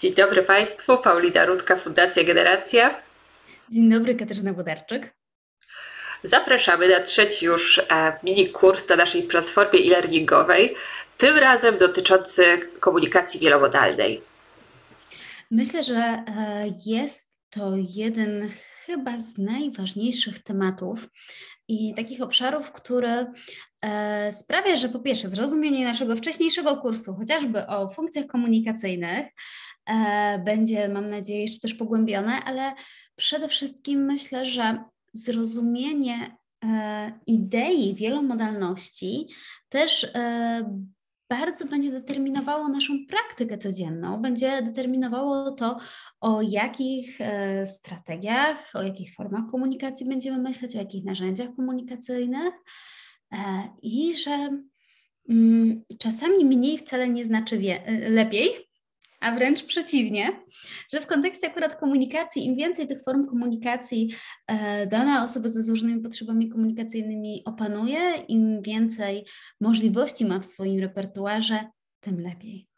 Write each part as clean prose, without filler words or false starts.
Dzień dobry Państwu, Paulina Rudka, Fundacja Generacja. Dzień dobry, Katarzyna Włodarczyk. Zapraszamy na trzeci już mini kurs na naszej platformie e-learningowej, tym razem dotyczący komunikacji wielomodalnej. Myślę, że jest to jeden chyba z najważniejszych tematów i takich obszarów, który sprawia, że po pierwsze zrozumienie naszego wcześniejszego kursu, chociażby o funkcjach komunikacyjnych, będzie, mam nadzieję, jeszcze też pogłębione, ale przede wszystkim myślę, że zrozumienie idei wielomodalności też bardzo będzie determinowało naszą praktykę codzienną, będzie determinowało to, o jakich strategiach, o jakich formach komunikacji będziemy myśleć, o jakich narzędziach komunikacyjnych i że czasami mniej wcale nie znaczy lepiej, a wręcz przeciwnie, że w kontekście akurat komunikacji, im więcej tych form komunikacji dana osoba ze złożonymi potrzebami komunikacyjnymi opanuje, im więcej możliwości ma w swoim repertuarze, tym lepiej.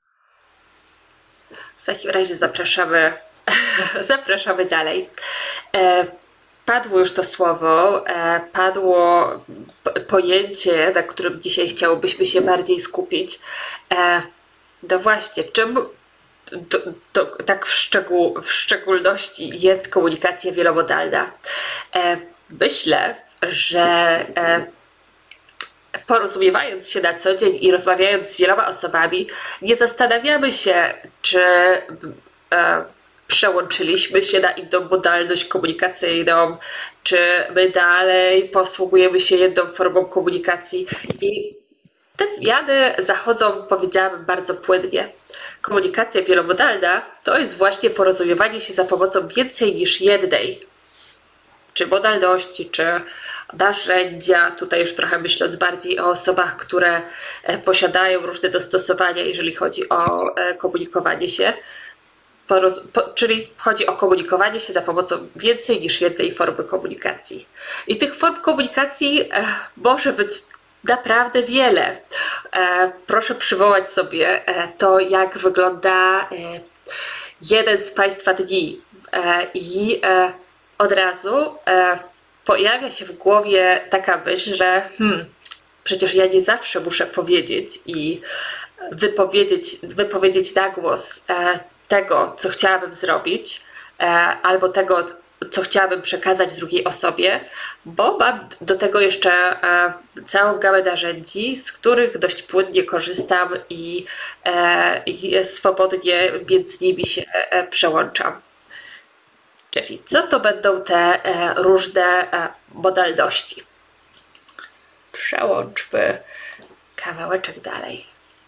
W takim razie zapraszamy dalej. Padło już to słowo, padło pojęcie, na którym dzisiaj chciałobyśmy się bardziej skupić. No właśnie, czym tak w szczególności jest komunikacja wielomodalna? Myślę, że porozumiewając się na co dzień i rozmawiając z wieloma osobami, nie zastanawiamy się, czy przełączyliśmy się na inną modalność komunikacyjną, czy my dalej posługujemy się jedną formą komunikacji. I te zmiany zachodzą, powiedziałabym, bardzo płynnie. Komunikacja wielomodalna to jest właśnie porozumiewanie się za pomocą więcej niż jednej, czy modalności, czy narzędzia, tutaj już trochę myśląc bardziej o osobach, które posiadają różne dostosowania, jeżeli chodzi o komunikowanie się, czyli chodzi o komunikowanie się za pomocą więcej niż jednej formy komunikacji. I tych form komunikacji może być naprawdę wiele. Proszę przywołać sobie to, jak wygląda jeden z Państwa dni i od razu pojawia się w głowie taka myśl, że przecież ja nie zawsze muszę powiedzieć i wypowiedzieć na głos tego, co chciałabym zrobić, albo tego, co chciałabym przekazać drugiej osobie, bo mam do tego jeszcze całą gamę narzędzi, z których dość płynnie korzystam i swobodnie między nimi się przełączam. Czyli co to będą te różne modalności? Przełączmy kawałeczek dalej.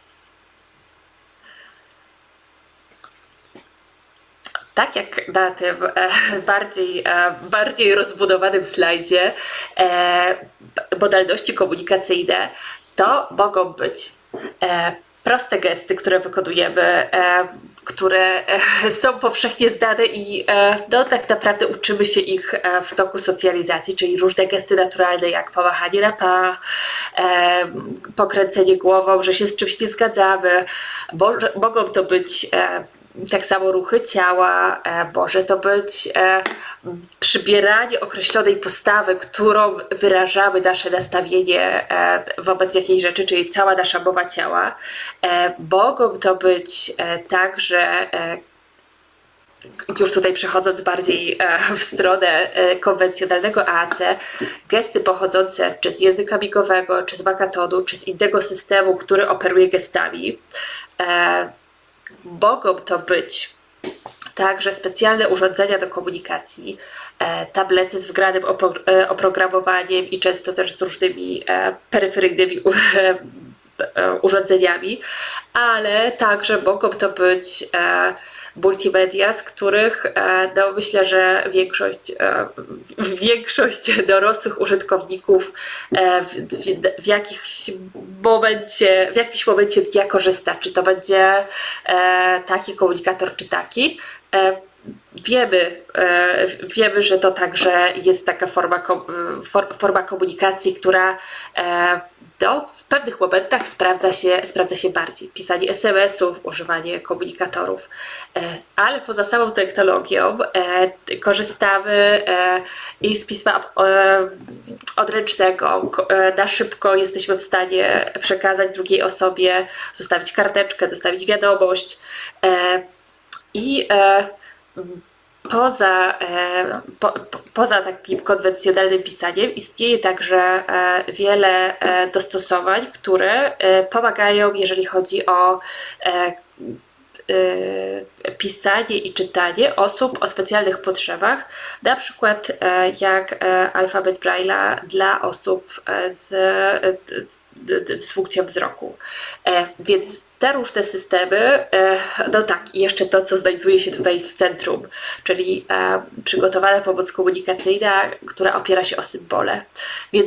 Tak jak na tym bardziej rozbudowanym slajdzie, modalności komunikacyjne to mogą być proste gesty, które wykonujemy, które są powszechnie znane i no, tak naprawdę uczymy się ich w toku socjalizacji, czyli różne gesty naturalne jak pomachanie na pa, pokręcenie głową, że się z czymś nie zgadzamy. Mogą to być tak samo ruchy ciała, może to być przybieranie określonej postawy, którą wyrażamy nasze nastawienie wobec jakiejś rzeczy, czyli cała nasza mowa ciała. Mogą to być także, już tutaj przechodząc bardziej w stronę konwencjonalnego AAC, gesty pochodzące czy z języka migowego, czy z makatonu, czy z innego systemu, który operuje gestami. Mogą to być także specjalne urządzenia do komunikacji, tablety z wgranym oprogramowaniem i często też z różnymi peryferyjnymi urządzeniami, ale także mogą to być multimedia, z których no, myślę, że większość dorosłych użytkowników w jakimś momencie dnia korzysta. Czy to będzie taki komunikator, czy taki. Wiemy, że to także jest taka forma komunikacji, która to w pewnych momentach sprawdza się bardziej. Pisanie SMS-ów, używanie komunikatorów. Ale poza samą technologią korzystamy i z pisma odręcznego. Na szybko jesteśmy w stanie przekazać drugiej osobie, zostawić karteczkę, zostawić wiadomość. I poza takim konwencjonalnym pisaniem istnieje także wiele dostosowań, które pomagają, jeżeli chodzi o pisanie i czytanie osób o specjalnych potrzebach, na przykład jak alfabet Braille'a dla osób z dysfunkcją wzroku. Więc te różne systemy, no tak, i jeszcze to, co znajduje się tutaj w centrum, czyli przygotowana pomoc komunikacyjna, która opiera się o symbole. Więc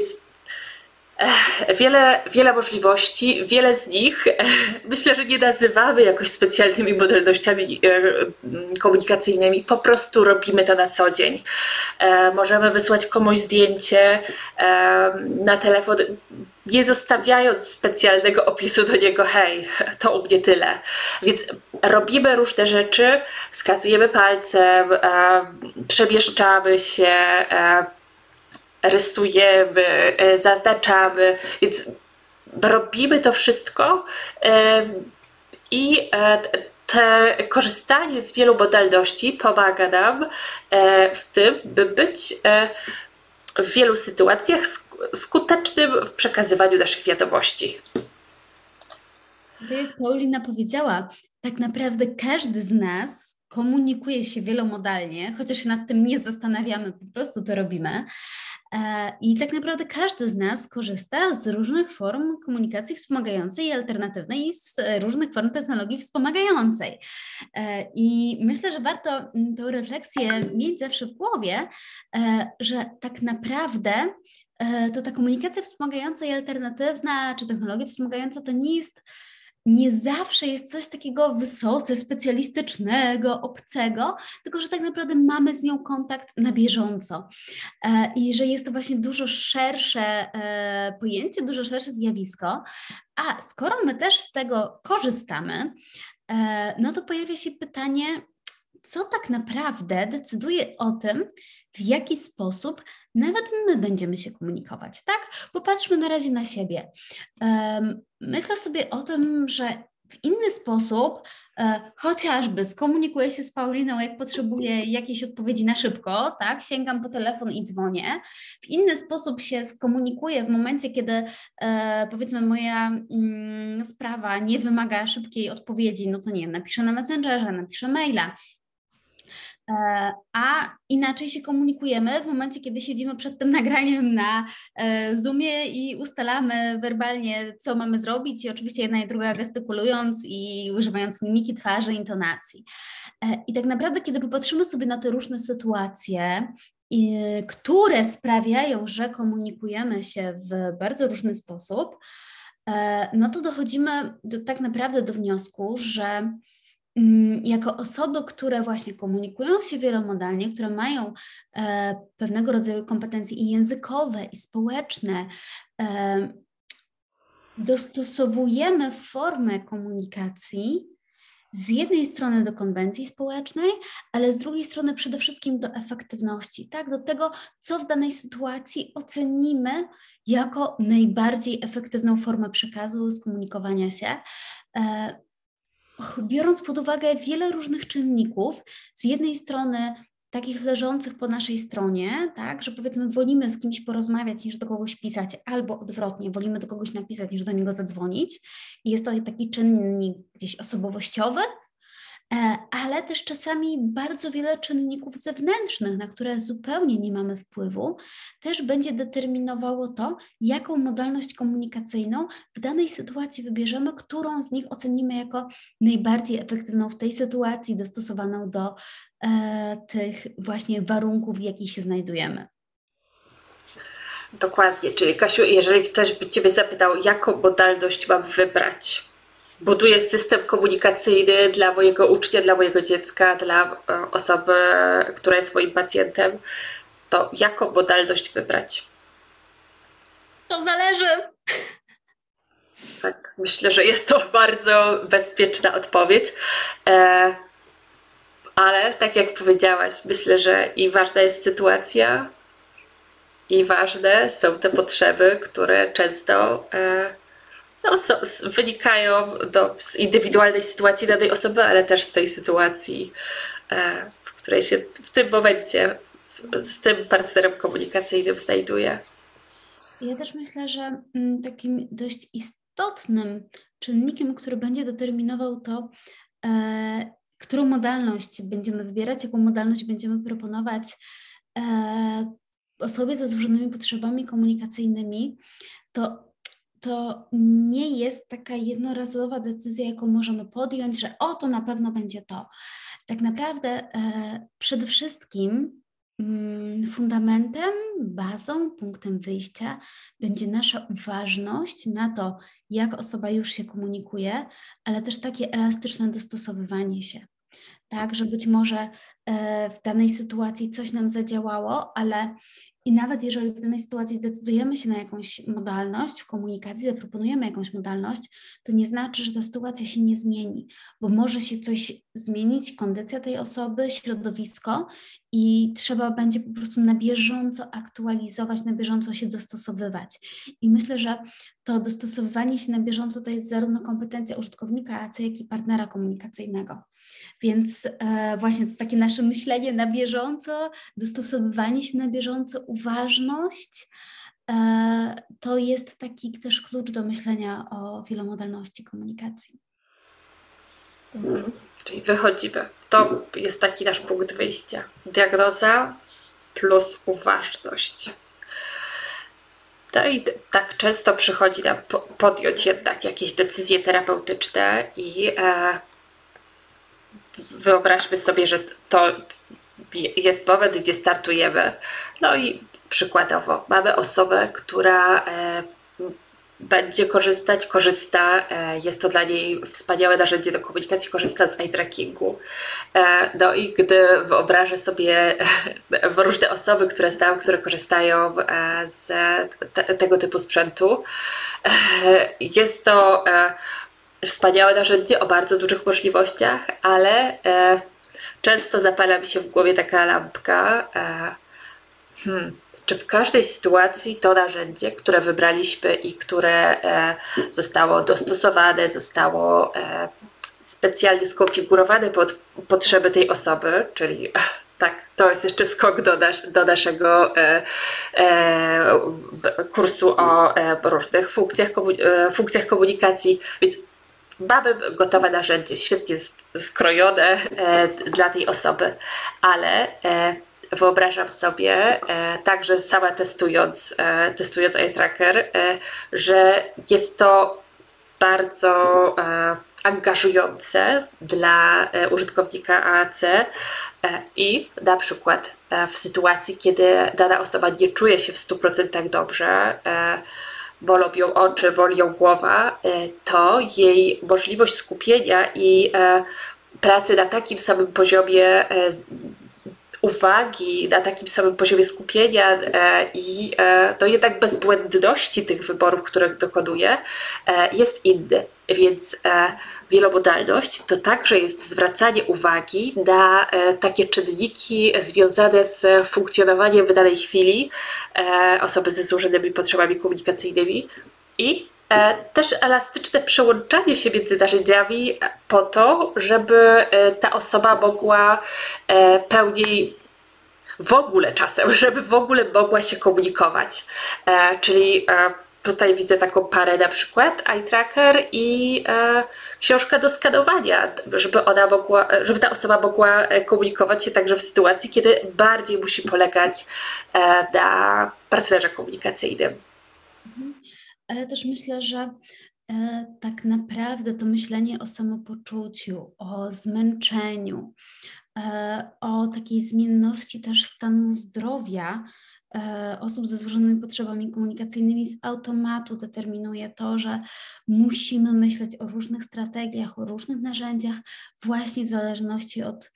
wiele możliwości, wiele z nich myślę, że nie nazywamy jakoś specjalnymi modalnościami komunikacyjnymi, po prostu robimy to na co dzień. Możemy wysłać komuś zdjęcie na telefon, nie zostawiając specjalnego opisu do niego, hej, to u mnie tyle. Więc robimy różne rzeczy, wskazujemy palcem, przemieszczamy się, rysujemy, zaznaczamy, więc robimy to wszystko i korzystanie z wielu modalności pomaga nam w tym, by być w wielu sytuacjach skutecznym w przekazywaniu naszych wiadomości. Tak jak Paulina powiedziała, tak naprawdę każdy z nas komunikuje się wielomodalnie, chociaż się nad tym nie zastanawiamy, po prostu to robimy. I tak naprawdę każdy z nas korzysta z różnych form komunikacji wspomagającej i alternatywnej i z różnych form technologii wspomagającej. I myślę, że warto tę refleksję mieć zawsze w głowie, że tak naprawdę to ta komunikacja wspomagająca i alternatywna, czy technologia wspomagająca to nie zawsze jest coś takiego wysoce specjalistycznego, obcego, tylko że tak naprawdę mamy z nią kontakt na bieżąco i że jest to właśnie dużo szersze pojęcie, dużo szersze zjawisko, a skoro my też z tego korzystamy, no to pojawia się pytanie, co tak naprawdę decyduje o tym, w jaki sposób nawet my będziemy się komunikować, tak? Popatrzmy na razie na siebie. Myślę sobie o tym, że w inny sposób, chociażby skomunikuję się z Pauliną, jak potrzebuję jakiejś odpowiedzi na szybko, tak? Sięgam po telefon i dzwonię. W inny sposób się skomunikuję w momencie, kiedy powiedzmy moja sprawa nie wymaga szybkiej odpowiedzi, no to nie wiem, napiszę na Messengerze, napiszę maila. A inaczej się komunikujemy w momencie, kiedy siedzimy przed tym nagraniem na Zoomie i ustalamy werbalnie, co mamy zrobić i oczywiście jedna i druga gestykulując i używając mimiki twarzy, intonacji. I tak naprawdę, kiedy popatrzymy sobie na te różne sytuacje, które sprawiają, że komunikujemy się w bardzo różny sposób, no to dochodzimy tak naprawdę do wniosku, że jako osoby, które właśnie komunikują się wielomodalnie, które mają pewnego rodzaju kompetencje i językowe, i społeczne, dostosowujemy formę komunikacji z jednej strony do konwencji społecznej, ale z drugiej strony przede wszystkim do efektywności, tak? Do tego, co w danej sytuacji ocenimy jako najbardziej efektywną formę przekazu, skomunikowania się. Biorąc pod uwagę wiele różnych czynników, z jednej strony takich leżących po naszej stronie, tak, że powiedzmy wolimy z kimś porozmawiać niż do kogoś pisać, albo odwrotnie, wolimy do kogoś napisać niż do niego zadzwonić i jest to taki czynnik gdzieś osobowościowy, ale też czasami bardzo wiele czynników zewnętrznych, na które zupełnie nie mamy wpływu, też będzie determinowało to, jaką modalność komunikacyjną w danej sytuacji wybierzemy, którą z nich ocenimy jako najbardziej efektywną w tej sytuacji, dostosowaną do tych właśnie warunków, w jakich się znajdujemy. Dokładnie, czyli Kasiu, jeżeli ktoś by Ciebie zapytał, jaką modalność mam wybrać, buduję system komunikacyjny dla mojego ucznia, dla mojego dziecka, dla osoby, która jest moim pacjentem, to jaką modalność wybrać? To zależy. Tak, myślę, że jest to bardzo bezpieczna odpowiedź. E, ale tak jak powiedziałaś, myślę, że i ważna jest sytuacja, i ważne są te potrzeby, które często no, wynikają z indywidualnej sytuacji danej osoby, ale też z tej sytuacji, w której się w tym momencie z tym partnerem komunikacyjnym znajduje. Ja też myślę, że takim dość istotnym czynnikiem, który będzie determinował to, którą modalność będziemy wybierać, jaką modalność będziemy proponować osobie ze złożonymi potrzebami komunikacyjnymi, to nie jest taka jednorazowa decyzja, jaką możemy podjąć, że o, to na pewno będzie to. Tak naprawdę przede wszystkim fundamentem, bazą, punktem wyjścia będzie nasza uważność na to, jak osoba już się komunikuje, ale też takie elastyczne dostosowywanie się. Tak, że być może w danej sytuacji coś nam zadziałało, ale i nawet jeżeli w danej sytuacji zdecydujemy się na jakąś modalność w komunikacji, zaproponujemy jakąś modalność, to nie znaczy, że ta sytuacja się nie zmieni, bo może się coś zmienić, kondycja tej osoby, środowisko i trzeba będzie po prostu na bieżąco aktualizować, na bieżąco się dostosowywać. I myślę, że to dostosowywanie się na bieżąco to jest zarówno kompetencja użytkownika AC, jak i partnera komunikacyjnego. Więc właśnie to takie nasze myślenie na bieżąco, dostosowywanie się na bieżąco, uważność, to jest taki też klucz do myślenia o wielomodalności komunikacji. Czyli wychodzimy. To jest taki nasz punkt wyjścia. Diagnoza plus uważność. No i tak często przychodzi nam podjąć jednak jakieś decyzje terapeutyczne i wyobraźmy sobie, że to jest moment, gdzie startujemy. No i przykładowo mamy osobę, która będzie korzysta, jest to dla niej wspaniałe narzędzie do komunikacji, korzysta z eye trackingu. No i gdy wyobrażę sobie różne osoby, które znam, które korzystają z tego typu sprzętu, jest to wspaniałe narzędzie o bardzo dużych możliwościach, ale często zapala mi się w głowie taka lampka, czy w każdej sytuacji to narzędzie, które wybraliśmy i które zostało dostosowane, zostało specjalnie skonfigurowane pod potrzeby tej osoby, czyli tak, to jest jeszcze skok do naszego kursu o różnych funkcjach komunikacji, więc mamy gotowe narzędzie, świetnie skrojone dla tej osoby, ale wyobrażam sobie, także sama testując eye tracker, że jest to bardzo angażujące dla użytkownika AAC i na przykład w sytuacji, kiedy dana osoba nie czuje się w 100% dobrze, bolą ją oczy, boli ją głowa, to jej możliwość skupienia i pracy na takim samym poziomie uwagi, na takim samym poziomie skupienia i to jednak bezbłędności tych wyborów, których dokonuje, jest inny. Więc wielomodalność to także jest zwracanie uwagi na takie czynniki związane z funkcjonowaniem w danej chwili osoby ze złożonymi potrzebami komunikacyjnymi i też elastyczne przełączanie się między narzędziami po to, żeby ta osoba mogła pełniej w ogóle czasem, żeby w ogóle mogła się komunikować. Czyli tutaj widzę taką parę na przykład, eye tracker i książka do skanowania, żeby ta osoba mogła komunikować się także w sytuacji, kiedy bardziej musi polegać na partnerze komunikacyjnym. Ale też myślę, że tak naprawdę to myślenie o samopoczuciu, o zmęczeniu, o takiej zmienności też stanu zdrowia osób ze złożonymi potrzebami komunikacyjnymi z automatu determinuje to, że musimy myśleć o różnych strategiach, o różnych narzędziach właśnie w zależności od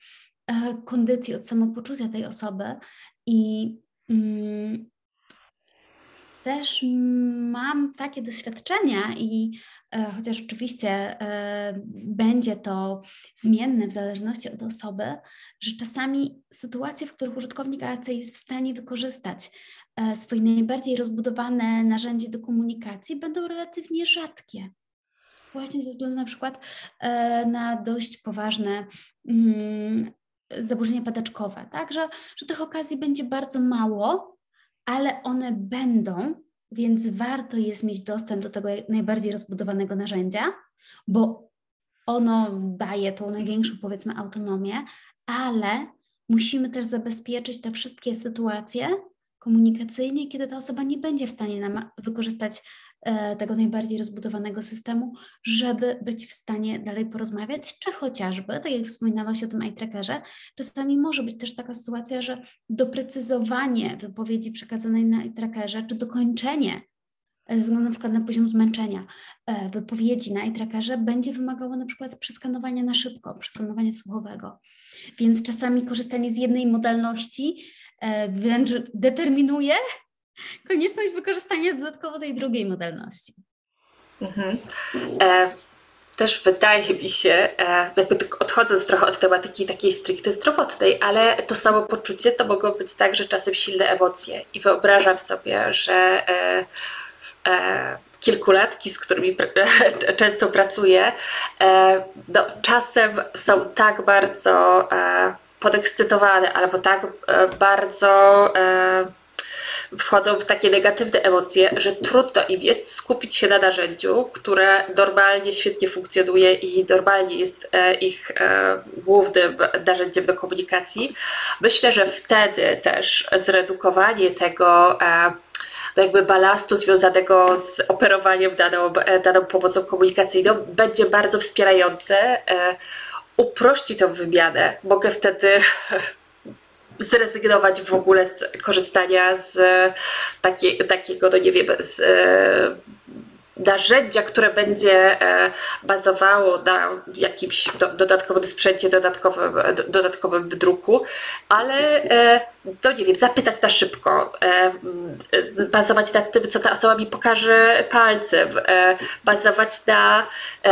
kondycji, od samopoczucia tej osoby i też mam takie doświadczenia i chociaż oczywiście będzie to zmienne w zależności od osoby, że czasami sytuacje, w których użytkownik AAC jest w stanie wykorzystać swoje najbardziej rozbudowane narzędzie do komunikacji, będą relatywnie rzadkie. Właśnie ze względu na przykład na dość poważne zaburzenia padaczkowe, tak? Że tych okazji będzie bardzo mało, ale one będą, więc warto jest mieć dostęp do tego najbardziej rozbudowanego narzędzia, bo ono daje tą największą, powiedzmy, autonomię, ale musimy też zabezpieczyć te wszystkie sytuacje komunikacyjne, kiedy ta osoba nie będzie w stanie nam wykorzystać tego najbardziej rozbudowanego systemu, żeby być w stanie dalej porozmawiać, czy chociażby, tak jak wspominałaś o tym eye trackerze, czasami może być też taka sytuacja, że doprecyzowanie wypowiedzi przekazanej na eye trackerze, czy dokończenie ze względu na przykład na poziom zmęczenia wypowiedzi na eye trackerze będzie wymagało na przykład przeskanowania na szybko, przeskanowania słuchowego. Więc czasami korzystanie z jednej modalności wręcz determinuje konieczność wykorzystania dodatkowo tej drugiej modalności. Też wydaje mi się, jakby tak odchodząc trochę od tematyki takiej stricte zdrowotnej, ale to samopoczucie to mogą być także czasem silne emocje. I wyobrażam sobie, że kilkulatki, z którymi często pracuję, no, czasem są tak bardzo podekscytowane albo tak bardzo wchodzą w takie negatywne emocje, że trudno im jest skupić się na narzędziu, które normalnie świetnie funkcjonuje i normalnie jest ich głównym narzędziem do komunikacji. Myślę, że wtedy też zredukowanie tego jakby balastu związanego z operowaniem daną pomocą komunikacyjną będzie bardzo wspierające, uprości tą wymianę. Mogę wtedy zrezygnować w ogóle z korzystania z takiego, no nie wiem, z narzędzia, które będzie bazowało na jakimś dodatkowym sprzęcie, dodatkowym wydruku, ale no nie wiem, zapytać na szybko, bazować na tym, co ta osoba mi pokaże palcem, bazować na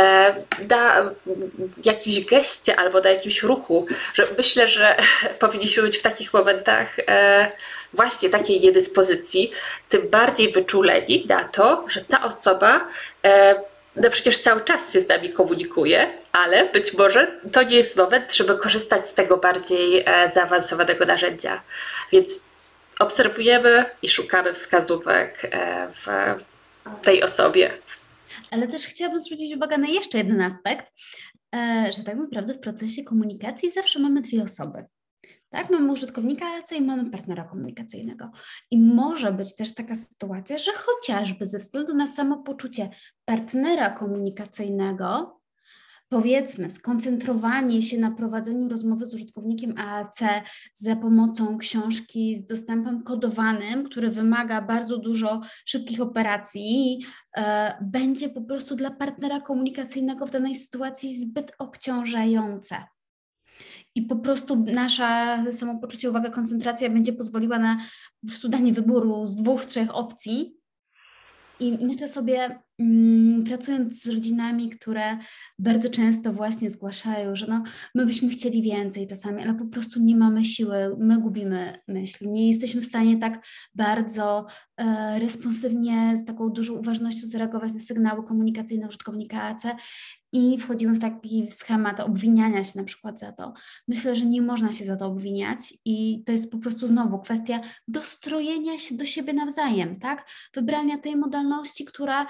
jakimś geście albo na jakimś ruchu. Że myślę, że powinniśmy być w takich momentach właśnie takiej niedyspozycji, tym bardziej wyczuleni na to, że ta osoba no przecież cały czas się z nami komunikuje, ale być może to nie jest moment, żeby korzystać z tego bardziej zaawansowanego narzędzia. Więc obserwujemy i szukamy wskazówek w tej osobie. Ale też chciałabym zwrócić uwagę na jeszcze jeden aspekt, że tak naprawdę w procesie komunikacji zawsze mamy dwie osoby. Tak, mamy użytkownika AAC i mamy partnera komunikacyjnego. I może być też taka sytuacja, że chociażby ze względu na samopoczucie partnera komunikacyjnego, powiedzmy, skoncentrowanie się na prowadzeniu rozmowy z użytkownikiem AAC za pomocą książki z dostępem kodowanym, który wymaga bardzo dużo szybkich operacji, będzie po prostu dla partnera komunikacyjnego w danej sytuacji zbyt obciążające. I po prostu nasza samopoczucie, uwaga, koncentracja będzie pozwoliła na po prostu danie wyboru z 2-3 opcji. I myślę sobie, pracując z rodzinami, które bardzo często właśnie zgłaszają, że no, my byśmy chcieli więcej czasami, ale po prostu nie mamy siły, my gubimy myśli, nie jesteśmy w stanie tak bardzo responsywnie, z taką dużą uważnością zareagować na sygnały komunikacyjne użytkownika AAC i wchodzimy w taki schemat obwiniania się na przykład za to. Myślę, że nie można się za to obwiniać i to jest po prostu znowu kwestia dostrojenia się do siebie nawzajem, tak? Wybrania tej modalności, która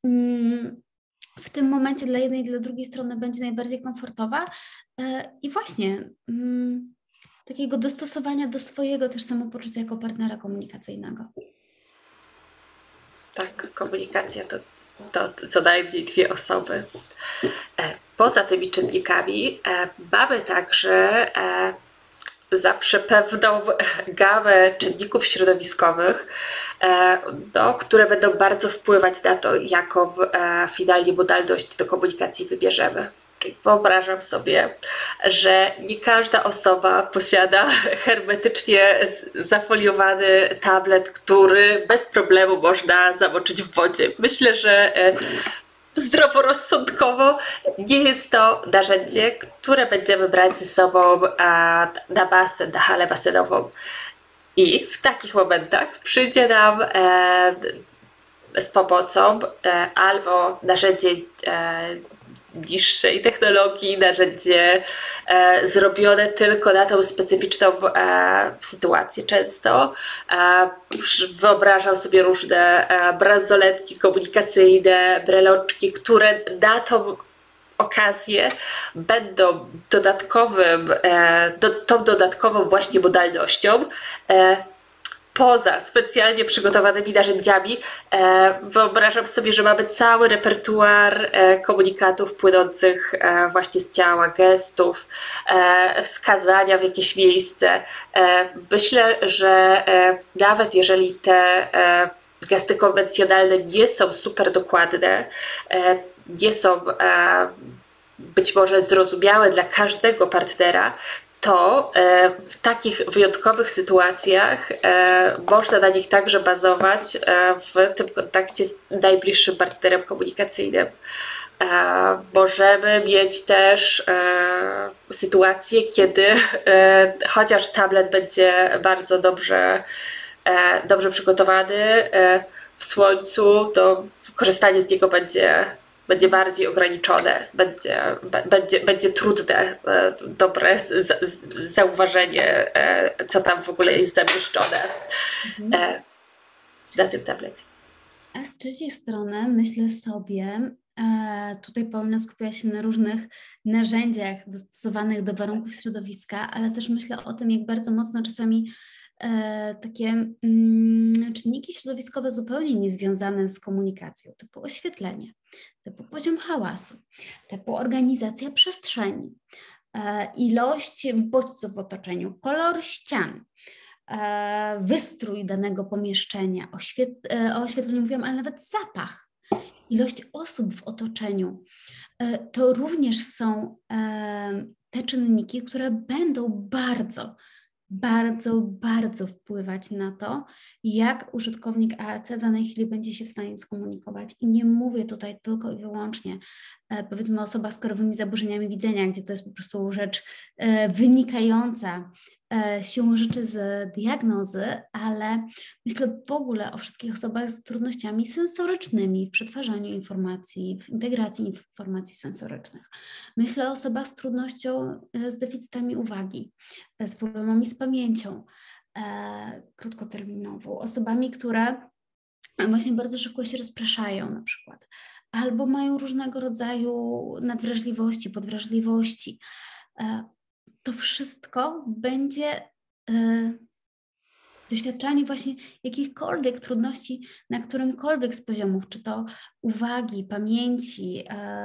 w tym momencie dla jednej i dla drugiej strony będzie najbardziej komfortowa i właśnie takiego dostosowania do swojego też samopoczucia jako partnera komunikacyjnego. Tak, komunikacja to co najmniej dwie osoby. Poza tymi czynnikami mamy także zawsze pewną gamę czynników środowiskowych, które będą bardzo wpływać na to, jaką finalnie modalność do komunikacji wybierzemy. Czyli wyobrażam sobie, że nie każda osoba posiada hermetycznie zafoliowany tablet, który bez problemu można zamoczyć w wodzie. Myślę, że zdroworozsądkowo nie jest to narzędzie, które będziemy brać ze sobą na basen, na halę basenową. I w takich momentach przyjdzie nam z pomocą albo narzędzie niższej technologii, narzędzie zrobione tylko na tą specyficzną sytuację często. Wyobrażam sobie różne bransoletki komunikacyjne, breloczki, które na tą okazję będą tą dodatkową właśnie modalnością. Poza specjalnie przygotowanymi narzędziami wyobrażam sobie, że mamy cały repertuar komunikatów płynących właśnie z ciała, gestów, wskazania w jakieś miejsce. Myślę, że nawet jeżeli te gesty konwencjonalne nie są super dokładne, nie są być może zrozumiałe dla każdego partnera, to w takich wyjątkowych sytuacjach można na nich także bazować w tym kontakcie z najbliższym partnerem komunikacyjnym. Możemy mieć też sytuację, kiedy chociaż tablet będzie bardzo dobrze przygotowany, w słońcu to korzystanie z niego będzie bardziej ograniczone, będzie trudne, dobre zauważenie, co tam w ogóle jest zamieszczone na tym tablecie. A z trzeciej strony myślę sobie, tutaj Paulina skupiła się na różnych narzędziach dostosowanych do warunków środowiska, ale też myślę o tym, jak bardzo mocno czasami takie czynniki środowiskowe zupełnie niezwiązane z komunikacją, typu oświetlenie, typu poziom hałasu, typu organizacja przestrzeni, ilość bodźców w otoczeniu, kolor ścian, wystrój danego pomieszczenia, o oświetleniu mówiłam, ale nawet zapach, ilość osób w otoczeniu. To również są te czynniki, które będą bardzo wpływać na to, jak użytkownik AAC w danej chwili będzie się w stanie skomunikować. I nie mówię tutaj tylko i wyłącznie, powiedzmy, osoba z korowymi zaburzeniami widzenia, gdzie to jest po prostu rzecz wynikająca siłą rzeczy z diagnozy, ale myślę w ogóle o wszystkich osobach z trudnościami sensorycznymi w przetwarzaniu informacji, w integracji informacji sensorycznych. Myślę o osobach z trudnością, z deficytami uwagi, z problemami z pamięcią krótkoterminową, osobami, które właśnie bardzo szybko się rozpraszają na przykład, albo mają różnego rodzaju nadwrażliwości, podwrażliwości. To wszystko będzie doświadczanie właśnie jakichkolwiek trudności na którymkolwiek z poziomów, czy to uwagi, pamięci,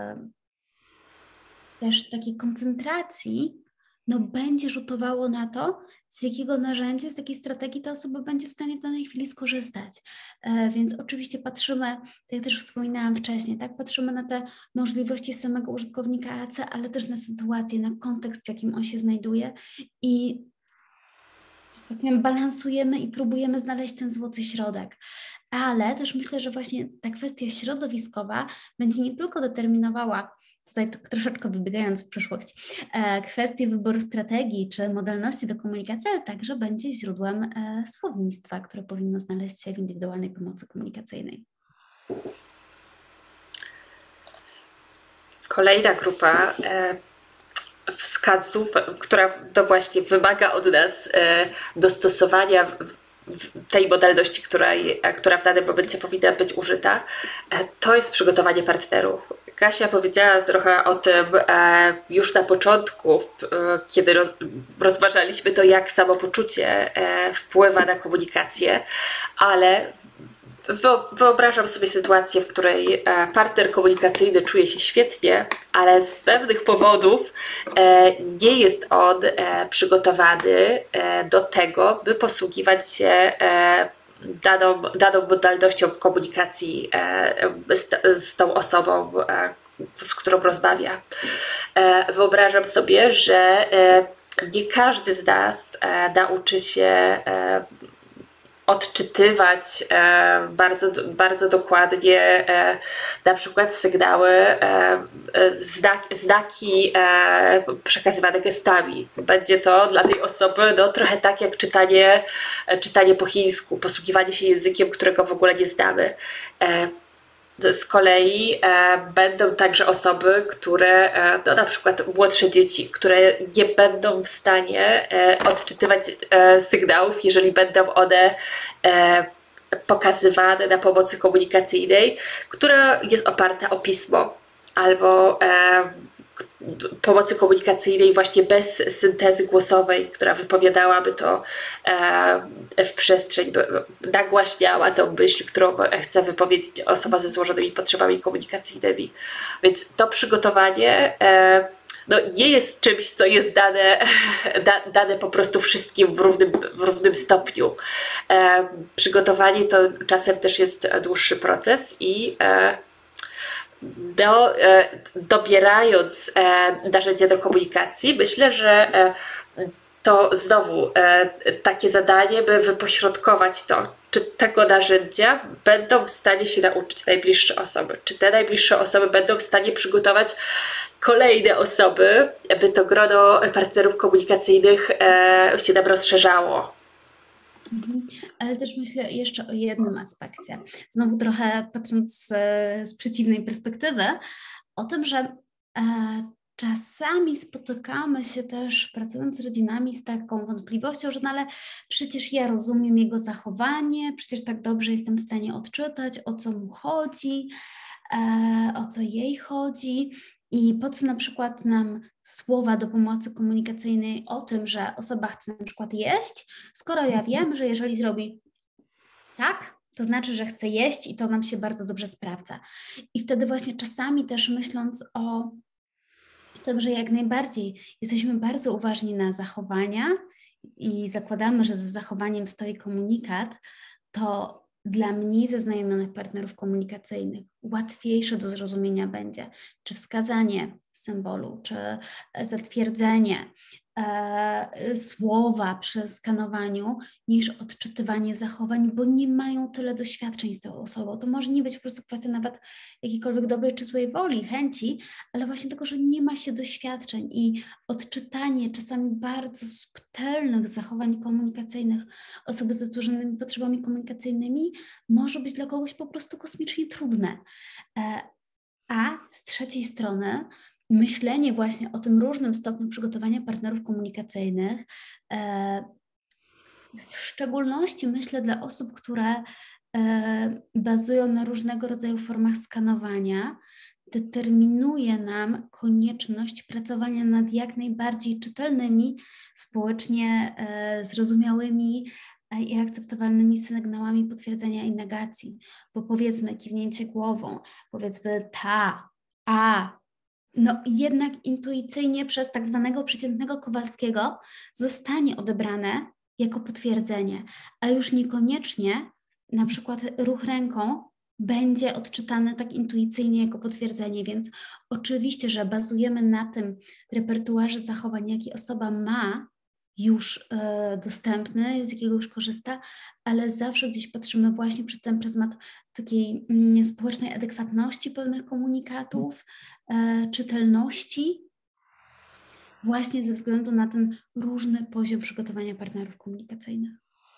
też takiej koncentracji, no będzie rzutowało na to, z jakiego narzędzia, z jakiej strategii ta osoba będzie w stanie w danej chwili skorzystać. Więc oczywiście patrzymy, tak jak też wspominałam wcześniej, tak, patrzymy na te możliwości samego użytkownika AAC, ale też na sytuację, na kontekst, w jakim on się znajduje i tak powiem, balansujemy i próbujemy znaleźć ten złoty środek. Ale też myślę, że właśnie ta kwestia środowiskowa będzie nie tylko determinowała, tutaj troszeczkę wybiegając w przyszłość, kwestie wyboru strategii czy modalności do komunikacji, ale także będzie źródłem słownictwa, które powinno znaleźć się w indywidualnej pomocy komunikacyjnej. Kolejna grupa wskazówek, która to właśnie wymaga od nas dostosowania tej modalności, która w danym momencie powinna być użyta, to jest przygotowanie partnerów. Kasia powiedziała trochę o tym już na początku, kiedy rozważaliśmy to, jak samopoczucie wpływa na komunikację, ale wyobrażam sobie sytuację, w której partner komunikacyjny czuje się świetnie, ale z pewnych powodów nie jest on przygotowany do tego, by posługiwać się daną modalnością w komunikacji z tą osobą, z którą rozmawia. wyobrażam sobie, że nie każdy z nas nauczy się odczytywać bardzo dokładnie na przykład sygnały, znaki przekazywane gestami. Będzie to dla tej osoby trochę tak jak czytanie po chińsku, posługiwanie się językiem, którego w ogóle nie znamy. Z kolei będą także osoby, które, na przykład młodsze dzieci, które nie będą w stanie odczytywać sygnałów, jeżeli będą one pokazywane na pomocy komunikacyjnej, która jest oparta o pismo, albo pomocy komunikacyjnej właśnie bez syntezy głosowej, która wypowiadałaby to w przestrzeń, nagłaśniała tą myśl, którą chce wypowiedzieć osoba ze złożonymi potrzebami komunikacyjnymi. Więc to przygotowanie nie jest czymś, co jest dane po prostu wszystkim w równym stopniu. Przygotowanie to czasem też jest dłuższy proces i dobierając narzędzia do komunikacji, myślę, że to znowu takie zadanie, by wypośrodkować to, czy tego narzędzia będą w stanie się nauczyć najbliższe osoby, czy te najbliższe osoby będą w stanie przygotować kolejne osoby, by to grono partnerów komunikacyjnych się nam rozszerzało. Ale też myślę jeszcze o jednym aspekcie. Znowu trochę patrząc z przeciwnej perspektywy, o tym, że czasami spotykamy się też, pracując z rodzinami, z taką wątpliwością, że no ale przecież ja rozumiem jego zachowanie, przecież tak dobrze jestem w stanie odczytać, o co mu chodzi, o co jej chodzi. I po co na przykład nam słowa do pomocy komunikacyjnej o tym, że osoba chce na przykład jeść, skoro ja wiem, że jeżeli zrobi tak, to znaczy, że chce jeść i to nam się bardzo dobrze sprawdza. I wtedy właśnie czasami też myśląc o tym, że jak najbardziej jesteśmy bardzo uważni na zachowania i zakładamy, że za zachowaniem stoi komunikat, to dla mniej zaznajomionych partnerów komunikacyjnych łatwiejsze do zrozumienia będzie, czy wskazanie symbolu, czy zatwierdzenie słowa przy skanowaniu, niż odczytywanie zachowań, bo nie mają tyle doświadczeń z tą osobą. To może nie być po prostu kwestia nawet jakiejkolwiek dobrej czy złej woli, chęci, ale właśnie tego, że nie ma się doświadczeń i odczytanie czasami bardzo subtelnych zachowań komunikacyjnych osoby ze złożonymi potrzebami komunikacyjnymi może być dla kogoś po prostu kosmicznie trudne. A z trzeciej strony myślenie właśnie o tym różnym stopniu przygotowania partnerów komunikacyjnych, w szczególności myślę dla osób, które bazują na różnego rodzaju formach skanowania, determinuje nam konieczność pracowania nad jak najbardziej czytelnymi, społecznie zrozumiałymi i akceptowalnymi sygnałami potwierdzenia i negacji. Bo powiedzmy kiwnięcie głową, powiedzmy ta, a, no jednak intuicyjnie przez tak zwanego przeciętnego Kowalskiego zostanie odebrane jako potwierdzenie, a już niekoniecznie na przykład ruch ręką będzie odczytany tak intuicyjnie jako potwierdzenie, więc oczywiście, że bazujemy na tym repertuarze zachowań, jaki osoba ma już dostępny, z jakiego już korzysta, ale zawsze gdzieś patrzymy właśnie przez ten pryzmat takiej społecznej adekwatności pewnych komunikatów, czytelności, właśnie ze względu na ten różny poziom przygotowania partnerów komunikacyjnych.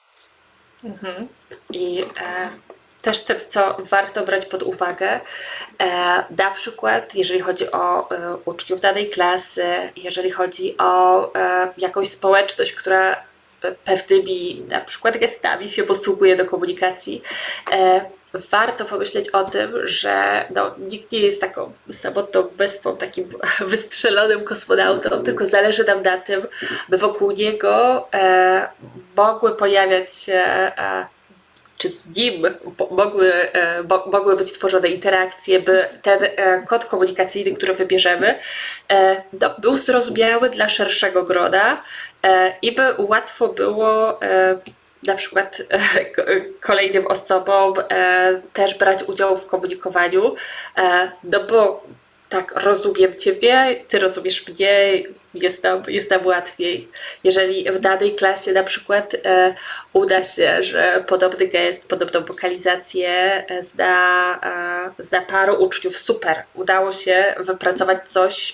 I też tym, co warto brać pod uwagę, na przykład jeżeli chodzi o uczniów danej klasy, jeżeli chodzi o jakąś społeczność, która pewnymi na przykład gestami się posługuje do komunikacji, warto pomyśleć o tym, że nikt nie jest taką samotną wyspą, takim wystrzelonym kosmonautą, tylko zależy nam na tym, by wokół niego mogły pojawiać się czy z nim mogły być tworzone interakcje, by ten kod komunikacyjny, który wybierzemy, był zrozumiały dla szerszego grona i by łatwo było na przykład kolejnym osobom też brać udział w komunikowaniu, bo tak, rozumiem ciebie, ty rozumiesz mnie, jest nam łatwiej. Jeżeli w danej klasie na przykład uda się, że podobny gest, podobną wokalizację zna paru uczniów, super, udało się wypracować coś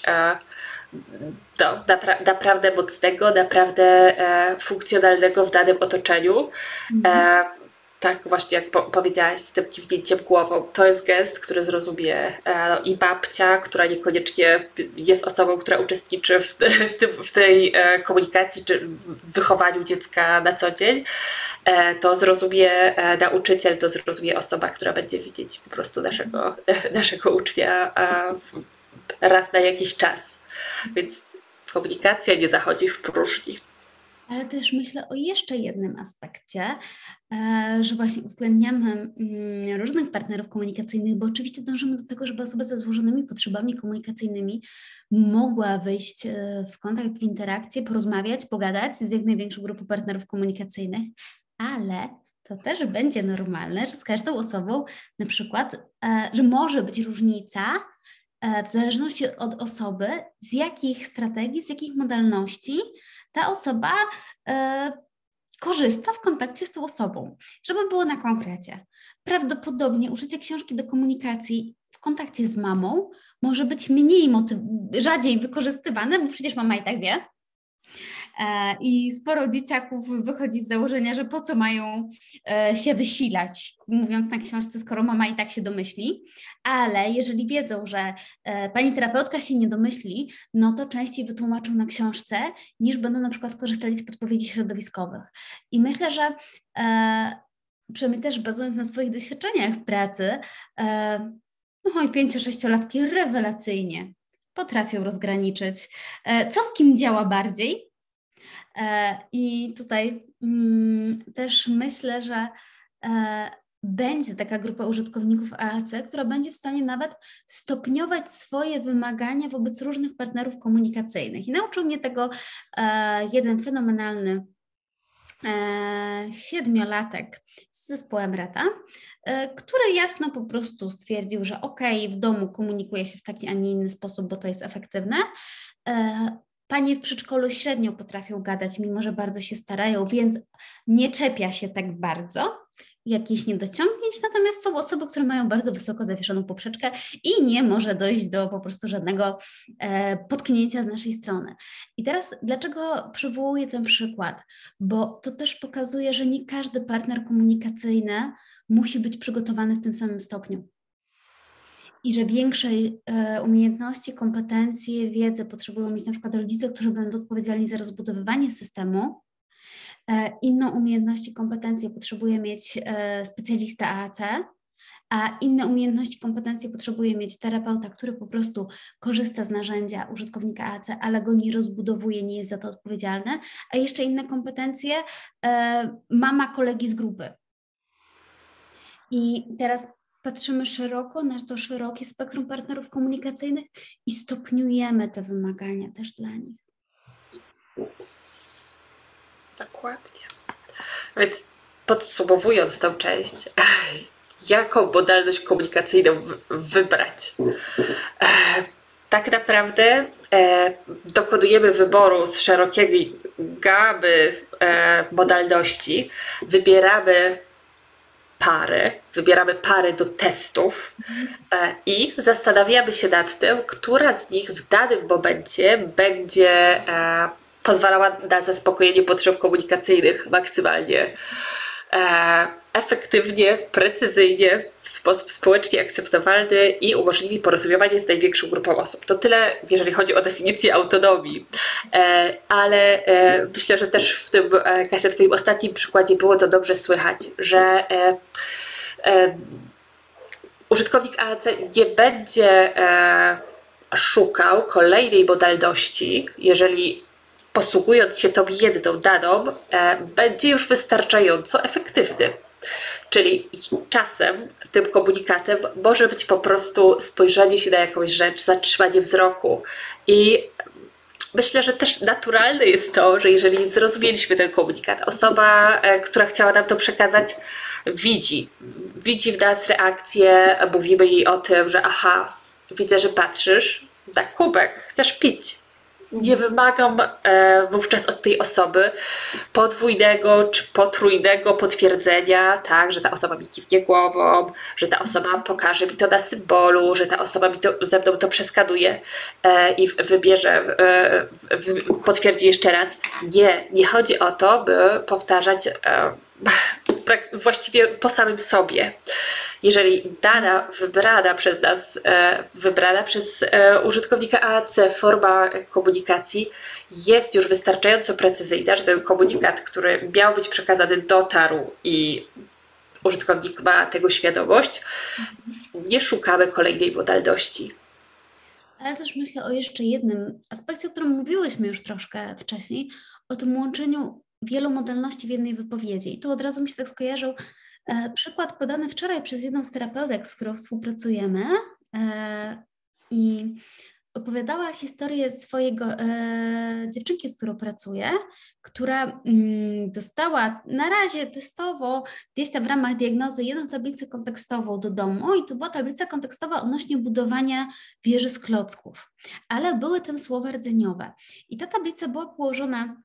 naprawdę mocnego, naprawdę funkcjonalnego w danym otoczeniu. Tak, właśnie jak powiedziałaś z tym kiwnięciem głową, to jest gest, który zrozumie i babcia, która niekoniecznie jest osobą, która uczestniczy w tej komunikacji czy w wychowaniu dziecka na co dzień. To zrozumie nauczyciel, to zrozumie osoba, która będzie widzieć po prostu naszego ucznia raz na jakiś czas. Więc komunikacja nie zachodzi w próżni. Ale też myślę o jeszcze jednym aspekcie, że właśnie uwzględniamy różnych partnerów komunikacyjnych, bo oczywiście dążymy do tego, żeby osoba ze złożonymi potrzebami komunikacyjnymi mogła wejść w kontakt, w interakcję, porozmawiać, pogadać z jak największą grupą partnerów komunikacyjnych, ale to też będzie normalne, że z każdą osobą na przykład, że może być różnica w zależności od osoby, z jakich strategii, z jakich modalności ta osoba korzysta w kontakcie z tą osobą. Żeby było na konkrecie. Prawdopodobnie użycie książki do komunikacji w kontakcie z mamą może być rzadziej wykorzystywane, bo przecież mama i tak wie. I sporo dzieciaków wychodzi z założenia, że po co mają się wysilać, mówiąc na książce, skoro mama i tak się domyśli, ale jeżeli wiedzą, że pani terapeutka się nie domyśli, no to częściej wytłumaczą na książce, niż będą na przykład korzystali z podpowiedzi środowiskowych. I myślę, że przynajmniej też bazując na swoich doświadczeniach w pracy, no i 5-6-latki rewelacyjnie potrafią rozgraniczyć, co z kim działa bardziej. I tutaj też myślę, że będzie taka grupa użytkowników AAC, która będzie w stanie nawet stopniować swoje wymagania wobec różnych partnerów komunikacyjnych. I nauczył mnie tego jeden fenomenalny 7-latek z zespołem Reta, który jasno po prostu stwierdził, że w domu komunikuje się w taki, a nie inny sposób, bo to jest efektywne. Panie w przedszkolu średnio potrafią gadać, mimo że bardzo się starają, więc nie czepia się tak bardzo jakichś niedociągnięć, natomiast są osoby, które mają bardzo wysoko zawieszoną poprzeczkę i nie może dojść do po prostu żadnego potknięcia z naszej strony. I teraz dlaczego przywołuję ten przykład? Bo to też pokazuje, że nie każdy partner komunikacyjny musi być przygotowany w tym samym stopniu. I że większej umiejętności, kompetencje, wiedzę potrzebują mieć na przykład rodzice, którzy będą odpowiedzialni za rozbudowywanie systemu. Inną umiejętności, kompetencje potrzebuje mieć specjalista AAC, a inne umiejętności, kompetencje potrzebuje mieć terapeuta, który po prostu korzysta z narzędzia użytkownika AAC, ale go nie rozbudowuje, nie jest za to odpowiedzialny, a jeszcze inne kompetencje mama kolegi z grupy. I teraz patrzymy szeroko na to szerokie spektrum partnerów komunikacyjnych i stopniujemy te wymagania też dla nich. Dokładnie. Więc podsumowując tą część, jaką modalność komunikacyjną wybrać? Tak naprawdę dokonujemy wyboru z szerokiej gamy modalności, wybieramy pary do testów i zastanawiamy się nad tym, która z nich w danym momencie będzie pozwalała na zaspokojenie potrzeb komunikacyjnych maksymalnie efektywnie, precyzyjnie, w sposób społecznie akceptowalny i umożliwi porozumiewanie z największą grupą osób. To tyle, jeżeli chodzi o definicję autonomii. Ale myślę, że też w tym, Kasia, twoim ostatnim przykładzie było to dobrze słychać, że użytkownik AAC nie będzie szukał kolejnej modalności, jeżeli posługując się tą jedną daną, będzie już wystarczająco efektywny. Czyli czasem tym komunikatem może być po prostu spojrzenie się na jakąś rzecz, zatrzymanie wzroku. I myślę, że też naturalne jest to, że jeżeli zrozumieliśmy ten komunikat, osoba, która chciała nam to przekazać, widzi w nas reakcję, mówimy jej o tym, że aha, widzę, że patrzysz na kubek, chcesz pić. Nie wymagam wówczas od tej osoby podwójnego czy potrójnego potwierdzenia, tak, że ta osoba mi kiwnie głową, że ta osoba pokaże mi to na symbolu, że ta osoba mi to, ze mną to przeskaduje i wybierze, potwierdzi jeszcze raz. Nie chodzi o to, by powtarzać właściwie po samym sobie. Jeżeli dana wybrana przez użytkownika AAC forma komunikacji jest już wystarczająco precyzyjna, że ten komunikat, który miał być przekazany, dotarł i użytkownik ma tego świadomość, nie szukamy kolejnej modalności. Ale też myślę o jeszcze jednym aspekcie, o którym mówiłyśmy już troszkę wcześniej, o tym łączeniu wielu modalności w jednej wypowiedzi. I tu od razu mi się tak skojarzył przykład podany wczoraj przez jedną z terapeutek, z którą współpracujemy i opowiadała historię swojego dziewczynki, z którą pracuje, która dostała na razie testowo gdzieś tam w ramach diagnozy jedną tablicę kontekstową do domu i to była tablica kontekstowa odnośnie budowania wieży z klocków, ale były tam słowa rdzeniowe i ta tablica była położona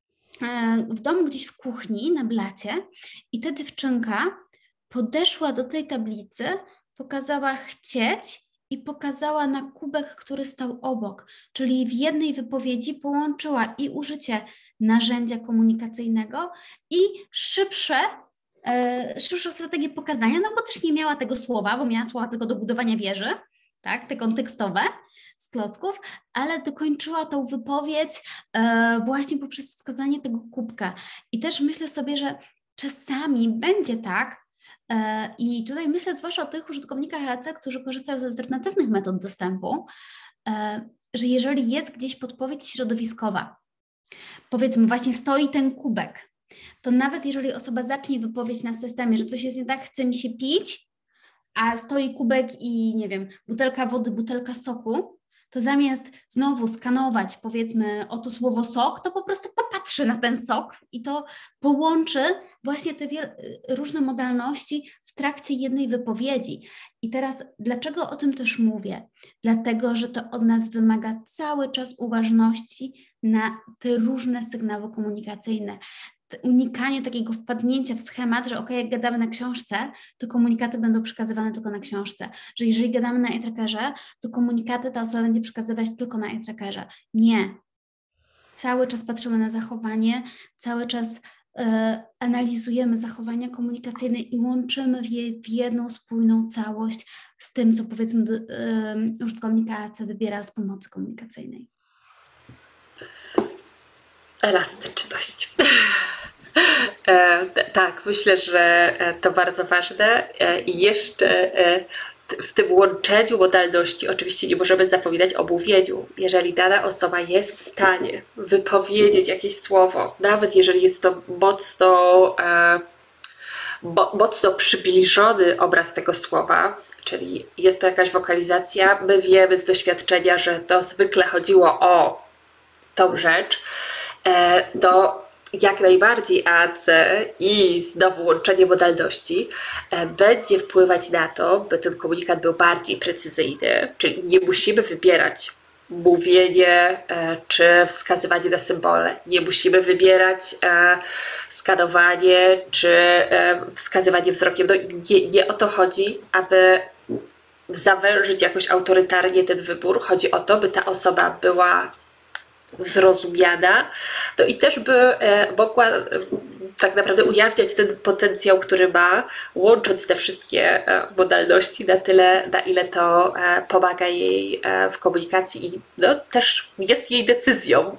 w domu gdzieś w kuchni na blacie i ta dziewczynka podeszła do tej tablicy, pokazała chcieć i pokazała na kubek, który stał obok, czyli w jednej wypowiedzi połączyła i użycie narzędzia komunikacyjnego i szybszą strategię pokazania, no bo też nie miała tego słowa, bo miała słowa tylko do budowania wieży, tak, te kontekstowe z klocków, ale dokończyła tą wypowiedź właśnie poprzez wskazanie tego kubka. I też myślę sobie, że czasami będzie tak, i tutaj myślę zwłaszcza o tych użytkownikach AAC, którzy korzystają z alternatywnych metod dostępu, że jeżeli jest gdzieś podpowiedź środowiskowa, powiedzmy właśnie stoi ten kubek, to nawet jeżeli osoba zacznie wypowiedź na systemie, że coś jest nie tak, chce mi się pić, a stoi kubek i nie wiem, butelka wody, butelka soku, to zamiast znowu skanować powiedzmy o to słowo sok, to po prostu popatrzy na ten sok i to połączy właśnie te różne modalności w trakcie jednej wypowiedzi. I teraz dlaczego o tym też mówię? Dlatego, że to od nas wymaga cały czas uważności na te różne sygnały komunikacyjne. Unikanie takiego wpadnięcia w schemat, że jak gadamy na książce, to komunikaty będą przekazywane tylko na książce, że jeżeli gadamy na e-trackerze, to komunikaty ta osoba będzie przekazywać tylko na e-trackerze. Nie. Cały czas patrzymy na zachowanie, cały czas analizujemy zachowania komunikacyjne i łączymy je w jedną spójną całość z tym, co powiedzmy użytkownik AAC wybiera z pomocy komunikacyjnej. Elastyczność. Tak, myślę, że to bardzo ważne i jeszcze w tym łączeniu modalności oczywiście nie możemy zapominać o mówieniu. Jeżeli dana osoba jest w stanie wypowiedzieć jakieś słowo, nawet jeżeli jest to mocno przybliżony obraz tego słowa, czyli jest to jakaś wokalizacja, my wiemy z doświadczenia, że to zwykle chodziło o tą rzecz, to jak najbardziej AAC i znowu łączenie modalności będzie wpływać na to, by ten komunikat był bardziej precyzyjny, czyli nie musimy wybierać mówienie czy wskazywanie na symbole. Nie musimy wybierać skanowanie czy wskazywanie wzrokiem. No, nie o to chodzi, aby zawężyć jakoś autorytarnie ten wybór. Chodzi o to, by ta osoba była zrozumiana, no i też by mogła tak naprawdę ujawniać ten potencjał, który ma, łącząc te wszystkie modalności na tyle, na ile to pomaga jej w komunikacji i no, też jest jej decyzją.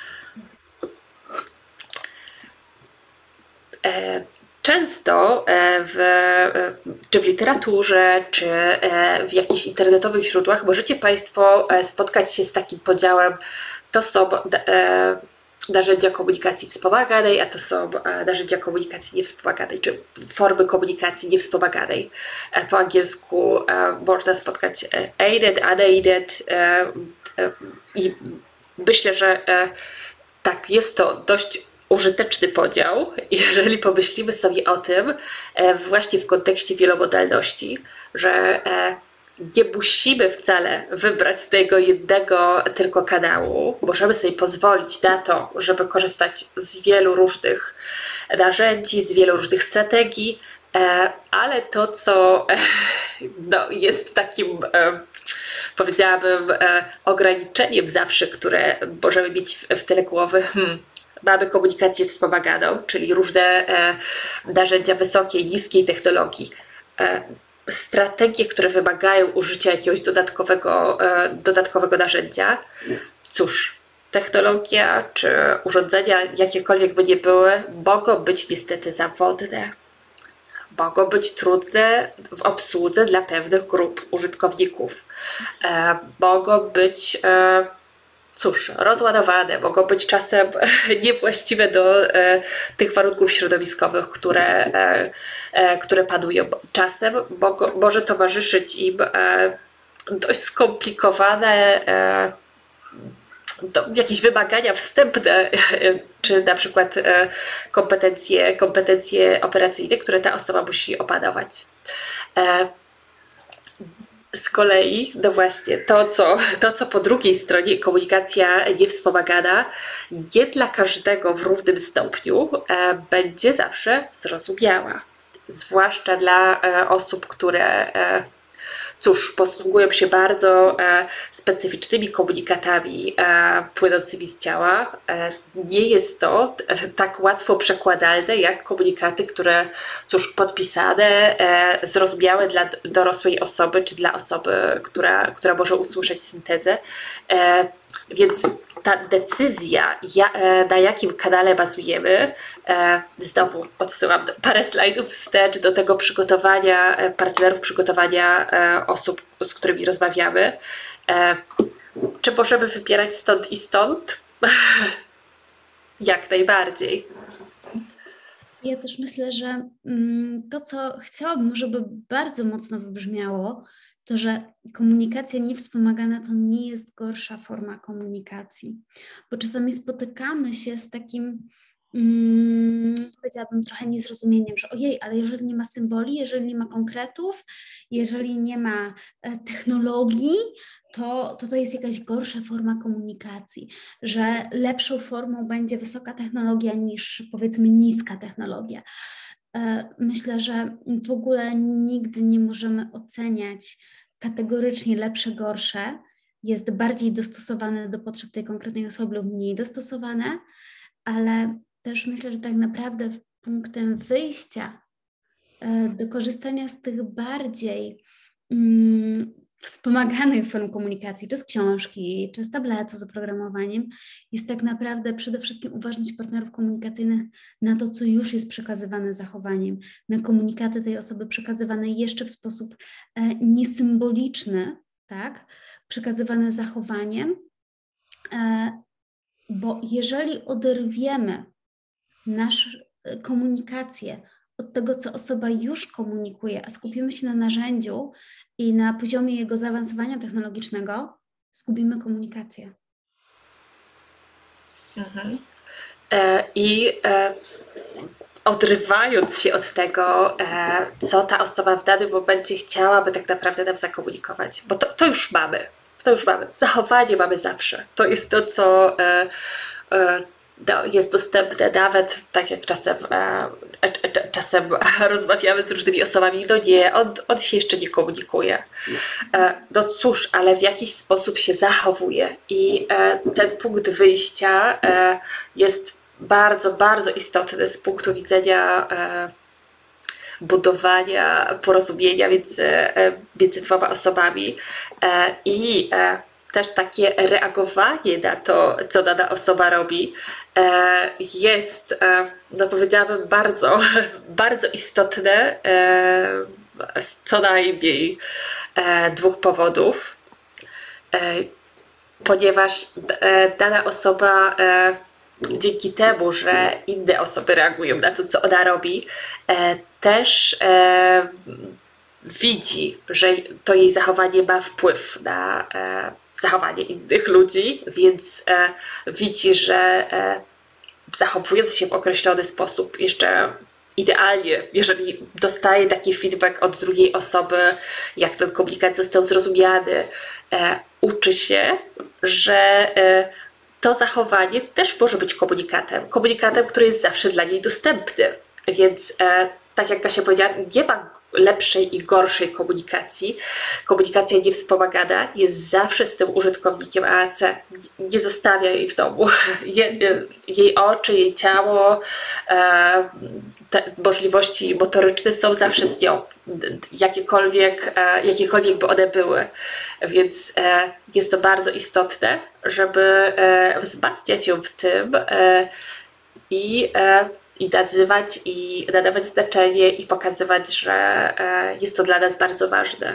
Często czy w literaturze, czy w jakichś internetowych źródłach możecie Państwo spotkać się z takim podziałem: to są narzędzia komunikacji wspomaganej, a to są narzędzia komunikacji niewspomaganej, czy formy komunikacji niewspomaganej. Po angielsku można spotkać aided, unaided i myślę, że tak, jest to dość użyteczny podział, jeżeli pomyślimy sobie o tym właśnie w kontekście wielomodalności, że nie musimy wcale wybrać tego jednego tylko kanału. Możemy sobie pozwolić na to, żeby korzystać z wielu różnych narzędzi, z wielu różnych strategii, ale to, co no, jest takim, powiedziałabym, ograniczeniem zawsze, które możemy mieć w tyle głowy, mamy komunikację wspomaganą, czyli różne narzędzia wysokiej, niskiej technologii, strategie, które wymagają użycia jakiegoś dodatkowego narzędzia. Cóż, technologia czy urządzenia, jakiekolwiek by nie były, mogą być niestety zawodne. Mogą być trudne w obsłudze dla pewnych grup użytkowników. Mogą być rozładowane, mogą być czasem niewłaściwe do tych warunków środowiskowych, które panują. Czasem może towarzyszyć im dość skomplikowane jakieś wymagania wstępne, czy na przykład kompetencje operacyjne, które ta osoba musi opanować. Z kolei, no właśnie, to, co po drugiej stronie komunikacja niewspomagana, nie dla każdego w równym stopniu będzie zawsze zrozumiała. Zwłaszcza dla osób, które posługują się bardzo specyficznymi komunikatami płynącymi z ciała. Nie jest to tak łatwo przekładalne jak komunikaty, które podpisane, zrozumiałe dla dorosłej osoby, czy dla osoby, która może usłyszeć syntezę. Więc ta decyzja, na jakim kanale bazujemy, znowu odsyłam parę slajdów wstecz do tego przygotowania partnerów, przygotowania osób, z którymi rozmawiamy. Czy możemy wybierać stąd i stąd? Jak najbardziej. Ja też myślę, że to, co chciałabym, żeby bardzo mocno wybrzmiało, to, że komunikacja niewspomagana to nie jest gorsza forma komunikacji, bo czasami spotykamy się z takim, powiedziałabym, trochę niezrozumieniem, że ojej, ale jeżeli nie ma symboli, jeżeli nie ma konkretów, jeżeli nie ma technologii, to jest jakaś gorsza forma komunikacji, że lepszą formą będzie wysoka technologia niż, powiedzmy, niska technologia. Myślę, że w ogóle nigdy nie możemy oceniać kategorycznie lepsze, gorsze. Jest bardziej dostosowane do potrzeb tej konkretnej osoby lub mniej dostosowane, ale też myślę, że tak naprawdę punktem wyjścia do korzystania z tych bardziej wspomaganych form komunikacji, czy z książki, czy z tabletu z oprogramowaniem, jest tak naprawdę przede wszystkim uważność partnerów komunikacyjnych na to, co już jest przekazywane zachowaniem, na komunikaty tej osoby przekazywane jeszcze w sposób niesymboliczny, tak? Przekazywane zachowaniem, bo jeżeli oderwiemy naszą komunikację od tego, co osoba już komunikuje, a skupimy się na narzędziu i na poziomie jego zaawansowania technologicznego, zgubimy komunikację. Odrywając się od tego, co ta osoba w danym momencie chciałaby tak naprawdę nam zakomunikować, bo to już mamy. Zachowanie mamy zawsze. To jest to, co jest dostępne, nawet tak jak czasem rozmawiamy z różnymi osobami, no nie, on się jeszcze nie komunikuje. No cóż, ale w jakiś sposób się zachowuje i ten punkt wyjścia jest bardzo, bardzo istotny z punktu widzenia budowania porozumienia między dwoma osobami i też takie reagowanie na to, co dana osoba robi, jest, no powiedziałabym, bardzo, bardzo istotne z co najmniej dwóch powodów, ponieważ dana osoba dzięki temu, że inne osoby reagują na to, co ona robi, też widzi, że to jej zachowanie ma wpływ na zachowanie innych ludzi, więc widzi, że zachowując się w określony sposób, jeszcze idealnie, jeżeli dostaje taki feedback od drugiej osoby, jak ten komunikat został zrozumiany, uczy się, że to zachowanie też może być komunikatem, który jest zawsze dla niej dostępny. Więc tak jak Kasia powiedziała, nie ma lepszej i gorszej komunikacji. Komunikacja niewspomagana jest zawsze z tym użytkownikiem AAC. Nie zostawia jej w domu. Jej oczy, jej ciało, te możliwości motoryczne są zawsze z nią. Jakiekolwiek by one były. Więc jest to bardzo istotne, żeby wzmacniać ją w tym i nazywać, i nadawać znaczenie, i pokazywać, że jest to dla nas bardzo ważne.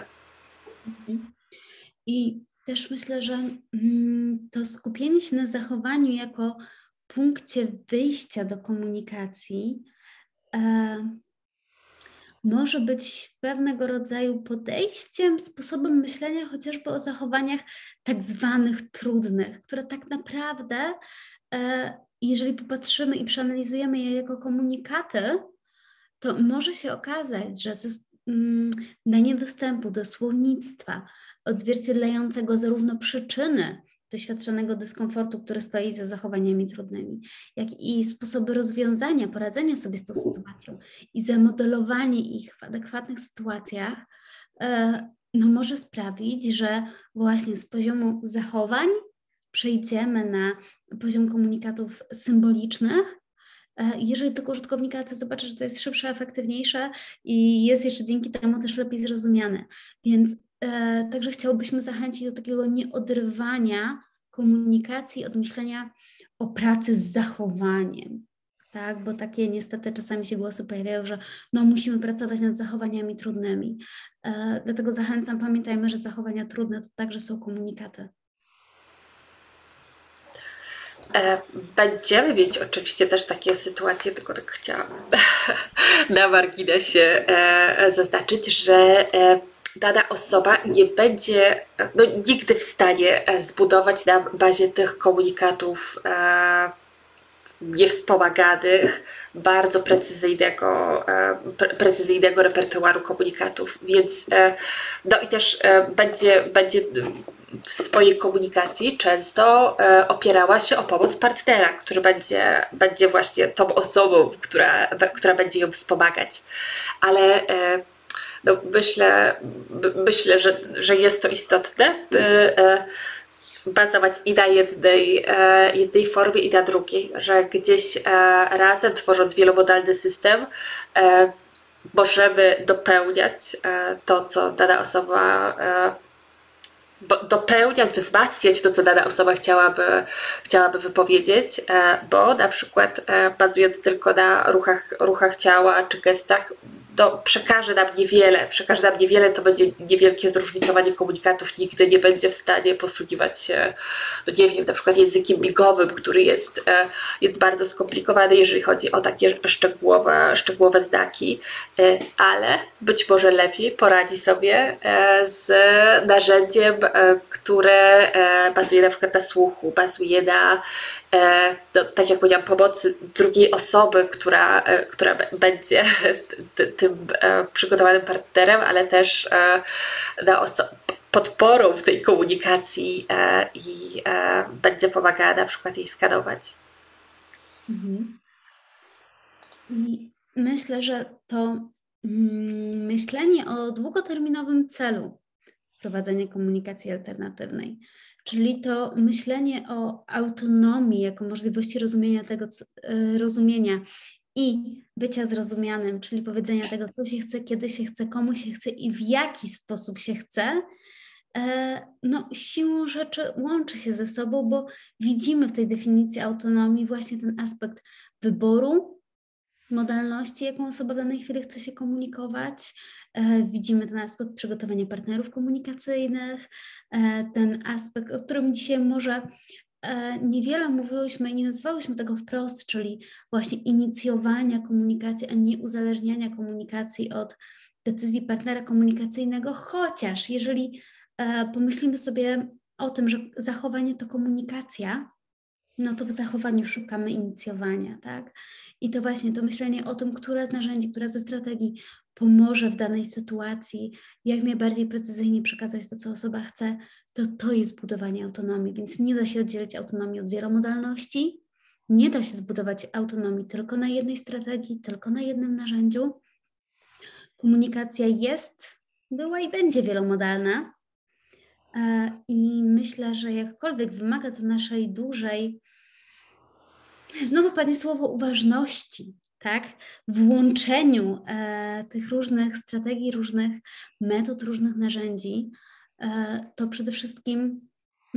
I też myślę, że to skupienie się na zachowaniu jako punkcie wyjścia do komunikacji może być pewnego rodzaju podejściem, sposobem myślenia chociażby o zachowaniach tak zwanych trudnych, które tak naprawdę, jeżeli popatrzymy i przeanalizujemy je jako komunikaty, to może się okazać, że danie dostępu do słownictwa odzwierciedlającego zarówno przyczyny doświadczonego dyskomfortu, który stoi za zachowaniami trudnymi, jak i sposoby rozwiązania, poradzenia sobie z tą sytuacją i zamodelowanie ich w adekwatnych sytuacjach, no może sprawić, że właśnie z poziomu zachowań przejdziemy na poziom komunikatów symbolicznych. Jeżeli tylko użytkownik AAC zobaczy, że to jest szybsze, efektywniejsze i jest jeszcze dzięki temu też lepiej zrozumiane. Więc także chciałobyśmy zachęcić do takiego nieoderwania komunikacji od myślenia o pracy z zachowaniem. Tak? Bo takie niestety czasami się głosy pojawiają, że no musimy pracować nad zachowaniami trudnymi. Dlatego zachęcam, pamiętajmy, że zachowania trudne to także są komunikaty. Będziemy mieć oczywiście też takie sytuacje, tylko tak chciałam na marginesie zaznaczyć, że dana osoba nie będzie nigdy w stanie zbudować na bazie tych komunikatów niewspomaganych bardzo precyzyjnego repertuaru komunikatów, więc no i też będzie w swojej komunikacji często opierała się o pomoc partnera, który będzie właśnie tą osobą, która będzie ją wspomagać. Ale no myślę, że jest to istotne, by bazować i na jednej formie, i na drugiej, że gdzieś razem, tworząc wielomodalny system, możemy dopełniać to, co dana osoba wzmacniać to, co dana osoba chciałaby wypowiedzieć, bo na przykład bazując tylko na ruchach ciała czy gestach, to przekaże nam niewiele, to będzie niewielkie zróżnicowanie komunikatów, nigdy nie będzie w stanie posługiwać się, no nie wiem, na przykład językiem migowym, który jest bardzo skomplikowany, jeżeli chodzi o takie szczegółowe znaki, ale być może lepiej poradzi sobie z narzędziem, które bazuje na przykład na słuchu, bazuje na tak jak powiedziałam, pomocy drugiej osoby, która będzie tym przygotowanym partnerem, ale też podporą w tej komunikacji i będzie pomagała na przykład jej skanować. I myślę, że to myślenie o długoterminowym celu prowadzenia komunikacji alternatywnej, czyli to myślenie o autonomii jako możliwości rozumienia i bycia zrozumianym, czyli powiedzenia tego, co się chce, kiedy się chce, komu się chce i w jaki sposób się chce, no siłą rzeczy łączy się ze sobą, bo widzimy w tej definicji autonomii właśnie ten aspekt wyboru modalności, jaką osoba w danej chwili chce się komunikować. Widzimy ten aspekt przygotowania partnerów komunikacyjnych, ten aspekt, o którym dzisiaj może niewiele mówiłyśmy i nie nazywałyśmy tego wprost, czyli właśnie inicjowania komunikacji, a nie uzależniania komunikacji od decyzji partnera komunikacyjnego, chociaż jeżeli pomyślimy sobie o tym, że zachowanie to komunikacja, no to w zachowaniu szukamy inicjowania, tak? I to właśnie to myślenie o tym, która z narzędzi, która ze strategii pomoże w danej sytuacji jak najbardziej precyzyjnie przekazać to, co osoba chce, to jest budowanie autonomii, więc nie da się oddzielić autonomii od wielomodalności, nie da się zbudować autonomii tylko na jednej strategii, tylko na jednym narzędziu. Komunikacja jest, była i będzie wielomodalna i myślę, że jakkolwiek wymaga to naszej dużej, znowu padnie słowo uważności, tak? W łączeniu tych różnych strategii, różnych metod, różnych narzędzi, to przede wszystkim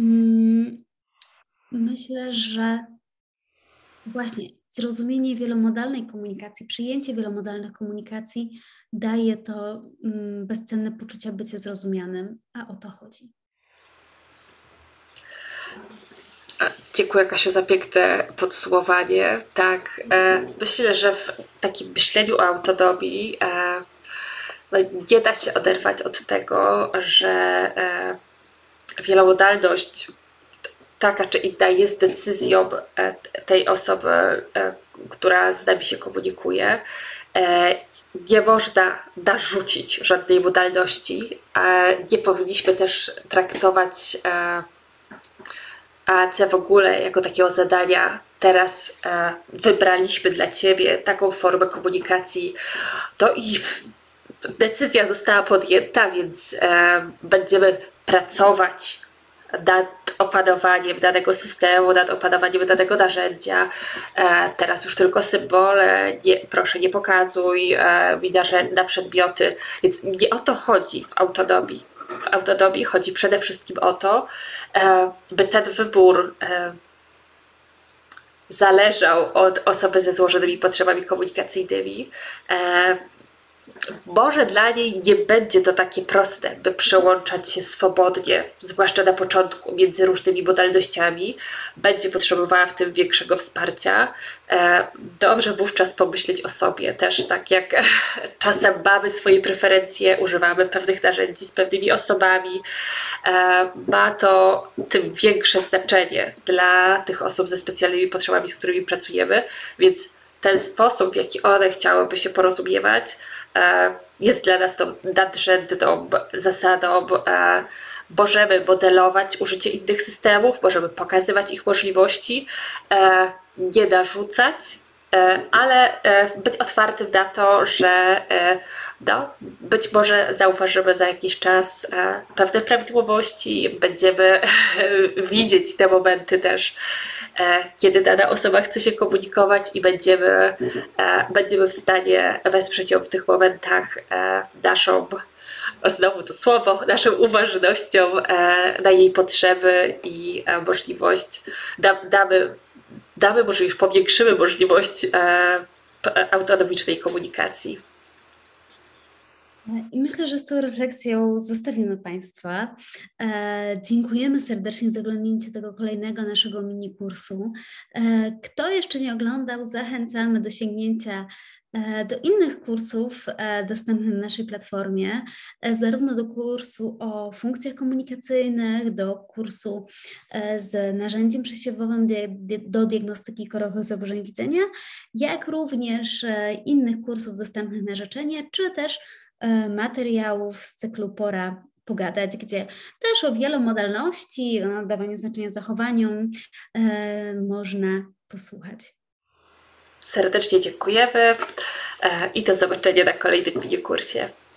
myślę, że właśnie zrozumienie wielomodalnej komunikacji, przyjęcie wielomodalnych komunikacji daje to bezcenne poczucie bycia zrozumianym, a o to chodzi. Dziękuję, Kasiu, za piękne podsumowanie. Tak, myślę, że w takim myśleniu o autonomii no, nie da się oderwać od tego, że wielomodalność taka czy inna jest decyzją tej osoby, która z nami się komunikuje. Nie można narzucić żadnej modalności. Nie powinniśmy też traktować AC w ogóle jako takiego zadania. Teraz wybraliśmy dla Ciebie taką formę komunikacji, to i decyzja została podjęta, więc będziemy pracować nad opanowaniem danego systemu, nad opanowaniem danego narzędzia. Teraz już tylko symbole, proszę nie pokazuj mi na przedmioty. Więc nie o to chodzi w autonomii. W autonomii chodzi przede wszystkim o to, by ten wybór zależał od osoby ze złożonymi potrzebami komunikacyjnymi. Może dla niej nie będzie to takie proste, by przełączać się swobodnie, zwłaszcza na początku, między różnymi modalnościami. Będzie potrzebowała w tym większego wsparcia. Dobrze wówczas pomyśleć o sobie też, tak jak czasem mamy swoje preferencje, używamy pewnych narzędzi z pewnymi osobami. Ma to tym większe znaczenie dla tych osób ze specjalnymi potrzebami, z którymi pracujemy, więc ten sposób, w jaki one chciałyby się porozumiewać, jest dla nas tą nadrzędną zasadą. Możemy modelować użycie innych systemów, możemy pokazywać ich możliwości, nie narzucać, ale być otwartym na to, że no, być może zauważymy za jakiś czas pewne prawidłowości, będziemy widzieć te momenty też, kiedy dana osoba chce się komunikować i będziemy w stanie wesprzeć ją w tych momentach naszą, znowu to słowo, naszą uważnością na jej potrzeby i możliwość, damy może już powiększymy możliwość autonomicznej komunikacji. I myślę, że z tą refleksją zostawimy Państwa. Dziękujemy serdecznie za oglądnięcie tego kolejnego naszego mini kursu. Kto jeszcze nie oglądał, zachęcamy do sięgnięcia do innych kursów dostępnych na naszej platformie, zarówno do kursu o funkcjach komunikacyjnych, do kursu z narzędziem przesiewowym do diagnostyki korowych zaburzeń widzenia, jak również innych kursów dostępnych na życzenie, czy też materiałów z cyklu Pora Pogadać, gdzie też o wielomodalności, o nadawaniu znaczenia zachowaniom można posłuchać. Serdecznie dziękujemy i do zobaczenia na kolejnym mini kursie.